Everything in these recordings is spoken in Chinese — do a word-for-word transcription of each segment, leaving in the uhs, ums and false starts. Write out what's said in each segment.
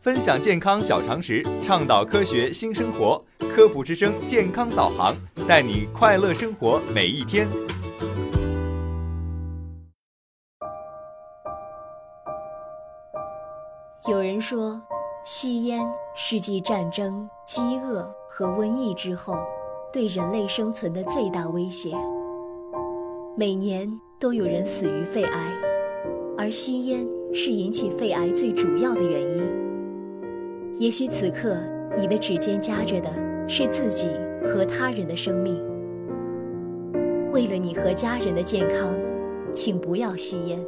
分享健康小常识，倡导科学新生活。科普之声健康导航，带你快乐生活每一天。 有人说，吸烟是继战争、饥饿和瘟疫之后，对人类生存的最大威胁。每年都有人死于肺癌，而吸烟是引起肺癌最主要的原因。也许此刻你的指尖夹着的是自己和他人的生命。为了你和家人的健康，请不要吸烟。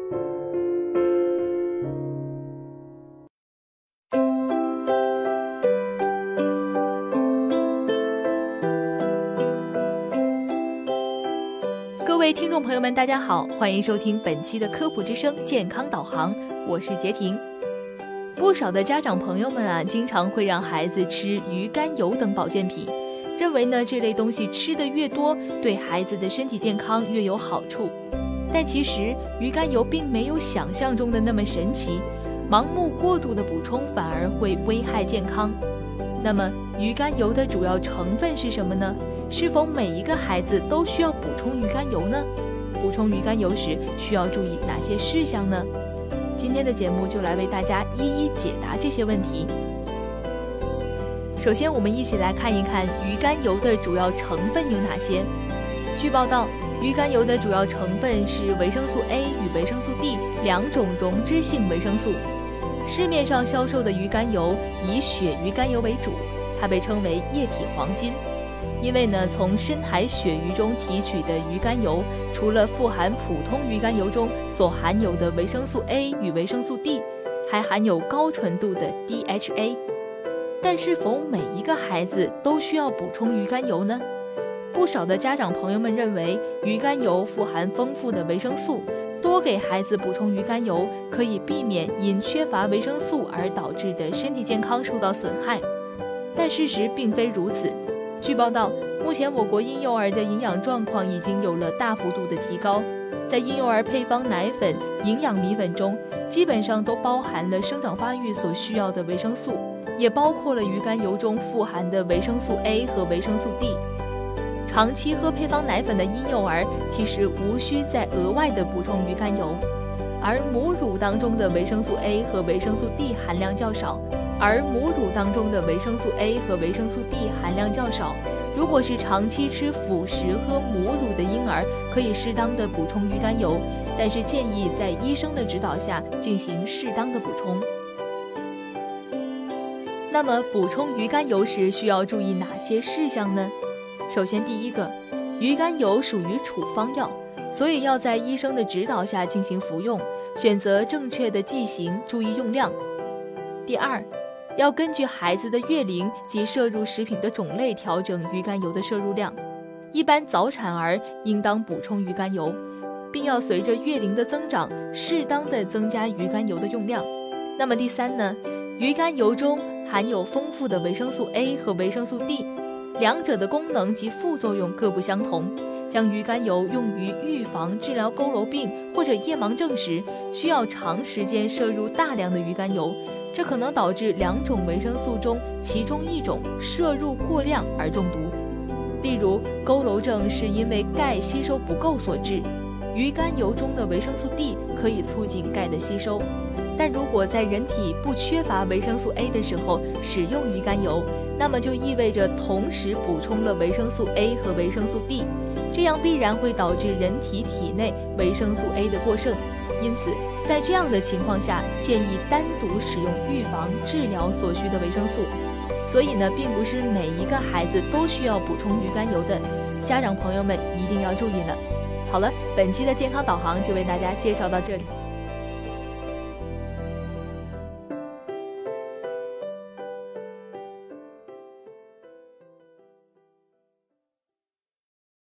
各位听众朋友们，大家好，欢迎收听本期的科普之声健康导航，我是杰婷。不少的家长朋友们啊，经常会让孩子吃鱼肝油等保健品，认为呢这类东西吃得越多，对孩子的身体健康越有好处。但其实鱼肝油并没有想象中的那么神奇，盲目过度的补充反而会危害健康。那么鱼肝油的主要成分是什么呢？是否每一个孩子都需要补充鱼肝油呢？补充鱼肝油时需要注意哪些事项呢？今天的节目就来为大家一一解答这些问题。首先，我们一起来看一看鱼肝油的主要成分有哪些。据报道，鱼肝油的主要成分是维生素 A 与维生素 D 两种溶脂性维生素。市面上销售的鱼肝油以鳕鱼肝油为主，它被称为液体黄金。因为呢，从深海鳕鱼中提取的鱼肝油，除了富含普通鱼肝油中所含有的维生素 A 与维生素 D， 还含有高纯度的 D H A。但是否每一个孩子都需要补充鱼肝油呢？不少的家长朋友们认为，鱼肝油富含丰富的维生素，多给孩子补充鱼肝油可以避免因缺乏维生素而导致的身体健康受到损害。但事实并非如此。据报道，目前我国婴幼儿的营养状况已经有了大幅度的提高，在婴幼儿配方奶粉、营养米粉中，基本上都包含了生长发育所需要的维生素，也包括了鱼肝油中富含的维生素 A 和维生素 D。长期喝配方奶粉的婴幼儿其实无需再额外的补充鱼肝油，而母乳当中的维生素 A 和维生素 D 含量较少。而母乳当中的维生素 A 和维生素 D 含量较少，如果是长期吃辅食和母乳的婴儿，可以适当的补充鱼肝油，但是建议在医生的指导下进行适当的补充。那么补充鱼肝油时需要注意哪些事项呢？首先第一个，鱼肝油属于处方药，所以要在医生的指导下进行服用，选择正确的剂型，注意用量。第二，要根据孩子的月龄及摄入食品的种类调整鱼肝油的摄入量。一般早产儿应当补充鱼肝油，并要随着月龄的增长，适当的增加鱼肝油的用量。那么第三呢，鱼肝油中含有丰富的维生素 A 和维生素 D， 两者的功能及副作用各不相同。将鱼肝油用于预防、治疗佝偻病或者夜盲症时，需要长时间摄入大量的鱼肝油，这可能导致两种维生素中其中一种摄入过量而中毒。例如，佝偻症是因为钙吸收不够所致，鱼肝油中的维生素 D 可以促进钙的吸收。但如果在人体不缺乏维生素 A 的时候使用鱼肝油，那么就意味着同时补充了维生素 A 和维生素 D， 这样必然会导致人体体内维生素 A 的过剩。因此，在这样的情况下，建议单独使用预防、治疗所需的维生素。所以呢，并不是每一个孩子都需要补充鱼肝油的，家长朋友们一定要注意了。好了，本期的健康导航就为大家介绍到这里。